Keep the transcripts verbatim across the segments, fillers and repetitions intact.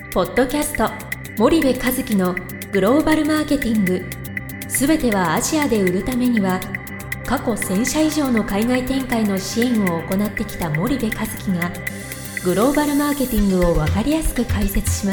ポッドキャスト森部一樹のグローバルマーケティング、すべてはアジアで売るためには、過去せん社以上の海外展開の支援を行ってきた森部一樹がグローバルマーケティングを分かりやすく解説します。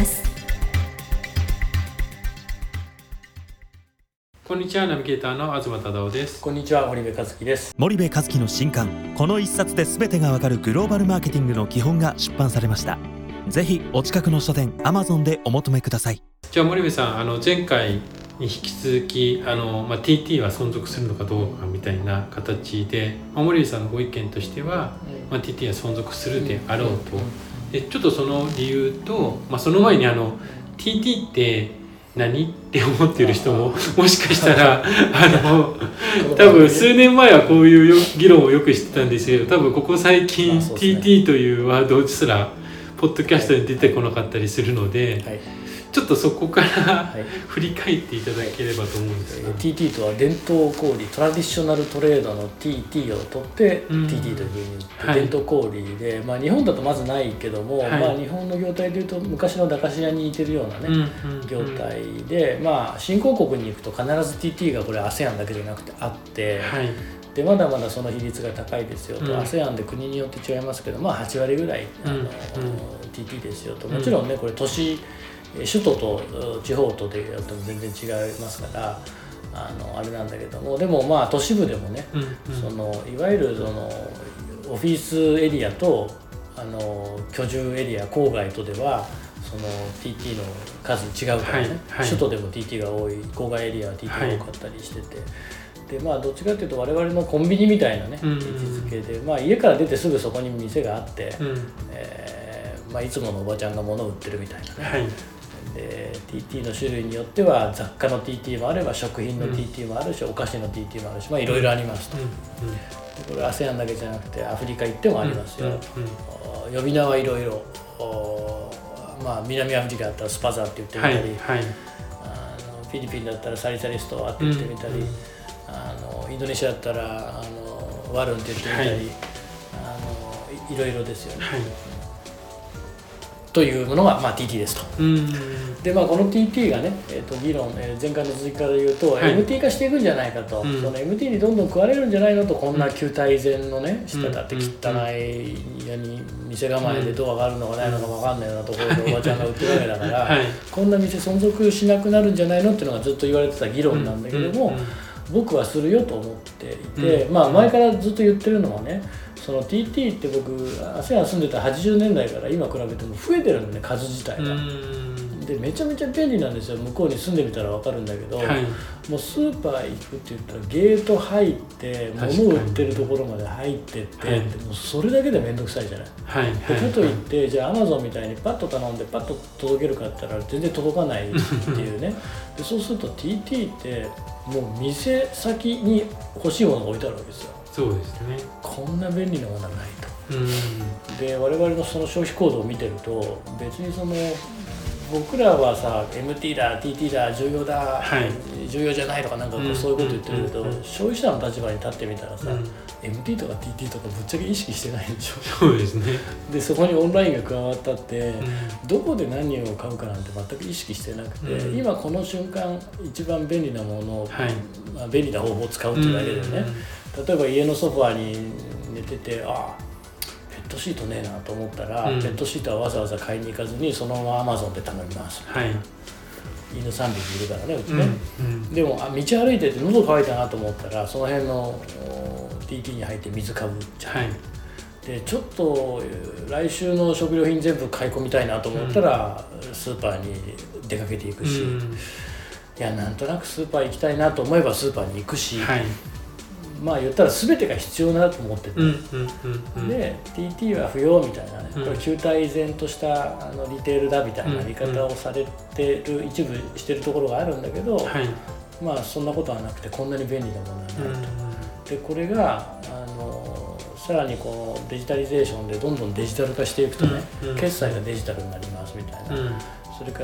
こんにちは、ナビゲーターの東忠夫です。 こんにちは、森部一樹です。 森部一樹の新刊、この一冊で全てがわかるグローバルマーケティングの基本が出版されました。ぜひお近くの書店 Amazon でお求めください。 じゃあ森部さん、あの前回に引き続きあの、まあ、ティーティー は存続するのかどうかみたいな形で、まあ、森部さんのご意見としては、まあ、ティーティー は存続するであろうと。でちょっとその理由と、まあ、その前にあの ティーティー って何って思っている人ももしかしたらあの多分数年前はこういう議論をよくしてたんですけど、多分ここ最近 ティーティー というワードすらポッドキャストに出てこなかったりするので、はい、ちょっとそこから振り返っていただければと思うんですが、はい、 ティーティー とは伝統小売、トラディショナルトレードの ティーティー を取って、うん、ティーティー というふうに言って、はい、伝統小売で、まあ、日本だとまずないけども、はい、まあ、日本の業態でいうと昔の駄菓子屋に似てるような、ね、うんうんうん、業態で、まあ、新興国に行くと必ず ティーティー がこれ アセアン だけじゃなくてあって、はい、でまだまだその比率が高いですよと、うん、アセアン で国によって違いますけど、まあ、はち割ぐらいあの、うんうん、ティーティー ですよと。もちろんね、これ都市首都と地方とでやっても全然違いますから、あのあれなんだけども、でもまあ都市部でもね、うんうん、そのいわゆるそのオフィスエリアとあの居住エリア郊外とではその ティーティー の数違うからね、はいはい、首都でも ティーティー が多い、郊外エリアは ティーティー が多かったりしてて、はい、でまあ、どっちかというと我々のコンビニみたいなね、位置づけで、まあ、家から出てすぐそこに店があって、うん、えーまあ、いつものおばちゃんが物を売ってるみたいなね、はい、で ティーティー の種類によっては雑貨の ティーティー もあれば食品の ティーティー もあるし、うん、お菓子の ティーティー もあるし、まあ、いろいろありますと、うんうん、これ アセアン だけじゃなくてアフリカ行ってもありますよ、うんうん、呼び名はいろいろ、まあ、南アフリカだったらスパザーって言ってみたり、はいはい、あのフィリピンだったらサリサリストアって言ってみたり、うんうん、あのインドネシアだったらあのワルンって言ってみたり、はい、あの い, いろいろですよね、はい、というものが、まあ、ティーティー ですと。うんで、まあ、この ティーティー がね、えー、と議論、えー、前回の続きから言うと、はい、エムティー 化していくんじゃないかと、うん、その エムティー にどんどん食われるんじゃないのと、こんな旧態依然のね、してたって汚い家に店構えでドアがあるのかないのか分かんないようなところでおばちゃんが売ってるわけだから、はい、こんな店存続しなくなるんじゃないのっていうのがずっと言われてた議論なんだけども、うんうんうん、僕はするよと思っていて、うん、まあ、前からずっと言ってるのはね、その ティーティー って僕 アセアン 住んでたはちじゅうねんだいから今比べても増えてるんでね、数自体が。でめちゃめちゃ便利なんですよ。向こうに住んでみたら分かるんだけど、はい、もうスーパー行くって言ったらゲート入って物を売ってるところまで入ってって、はい、でもうそれだけで面倒くさいじゃない、はい、でかといってじゃあ Amazon みたいにパッと頼んでパッと届けるかって言ったら全然届かないっていうねでそうすると ティーティー ってもう店先に欲しいものが置いてあるわけですよ。 そうですね。 こんな便利なものはないと。うんで我々のその消費行動を見てると別にその僕らはさ エムティー だ ティーティー だ重要だ、はい、重要じゃないとかなんかこうそういうこと言ってるけど、うんうんうん、消費者の立場に立ってみたらさ、うん、エムティー とか ティーティー とかぶっちゃけ意識してないんでしょ。 そうですね。でそこにオンラインが加わったって、うん、どこで何を買うかなんて全く意識してなくて、うん、今この瞬間一番便利なものを、はい、まあ、便利な方法を使うっていうだけでね、うん、例えば家のソファーに寝ててあペットシートねえなと思ったら、うん、ペットシートはわざわざ買いに行かずにそのまま Amazon で頼みます、はい、犬さんびきいるからねうちね、うんうん、でもあ道歩いてて喉乾いたなと思ったらその辺の ティーティー に入って水買うじゃん、はい、でちょっと来週の食料品全部買い込みたいなと思ったら、うん、スーパーに出かけていくし、うん、いやなんとなくスーパー行きたいなと思えばスーパーに行くし、はい、まあ言ったら全てが必要だと思ってて、うんうんうんうん、で ティーティー は不要みたいなね、うん、これ旧態依然としたあのリテールだみたいな見方をされてる、うんうん、一部してるところがあるんだけど、はい、まあそんなことはなくてこんなに便利なものはないと、うんうん、でこれがあのさらにこのデジタリゼーションでどんどんデジタル化していくとね、うんうん、決済がデジタルになりますみたいな、うん、それから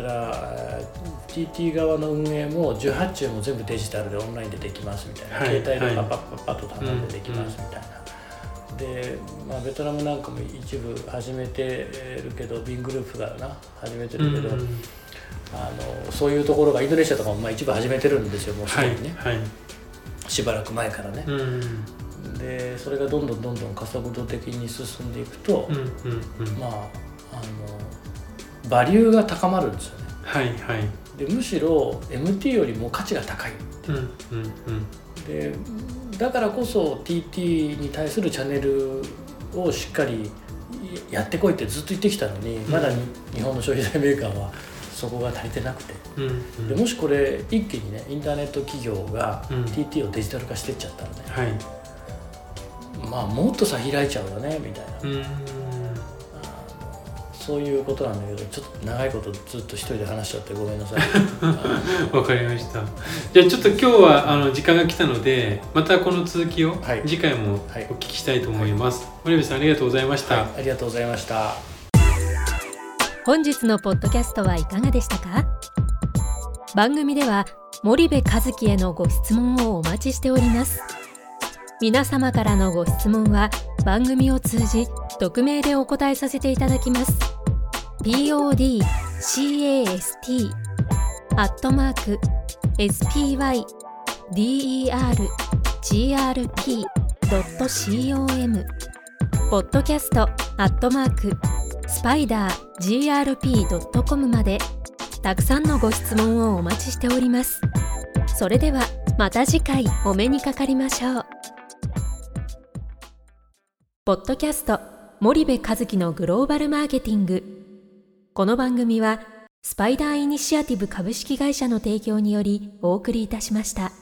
ティーティー 側の運営もじゅう発注も全部デジタルでオンラインでできますみたいな、はい、携帯でパッパッパッパッと頼んでできますみたいな、はい、 で、まあ、ベトナムなんかも一部始めてるけど、ビングループがな始めてるけど、うん、あのそういうところがインドネシアとかもまあ一部始めてるんですよ、もうすでにね、はいはい、しばらく前からね、うん、でそれがどんどんどんどん加速度的に進んでいくと、うんうんうん、まああのバリューが高まるんですよね、はいはい、でむしろ エムティー よりも価値が高いって、うんうんうん、でだからこそ ティーティー に対するチャンネルをしっかりやってこいってずっと言ってきたのに、うん、まだ日本の消費財メーカーはそこが足りてなくて、うんうん、でもしこれ一気にねインターネット企業が ティーティー をデジタル化していっちゃったらね、はい、まあもっと差開いちゃうよねみたいな、うんそういうことなんだけど、ちょっと長いことずっと一人で話しちゃってごめんなさい。 わかりました。じゃあちょっと今日はあの時間が来たので、またこの続きを次回もお聞きしたいと思います。はい、森部さんありがとうございました、はい。 ありがとうございました。 本日のポッドキャストはいかがでしたか？番組では森部一樹へのご質問をお待ちしております。皆様からのご質問は番組を通じ匿名でお答えさせていただきます。ピーオーディーキャスト アットマーク エスピーワイディーイーアールジーアールピー ドット コム ポッドキャスト アットマーク スパイダー ジーアールピー ドット コム までたくさんのご質問をお待ちしております。それではまた次回お目にかかりましょう。ポッドキャスト森部一樹のグローバルマーケティング。この番組はスパイダーイニシアティブ株式会社の提供によりお送りいたしました。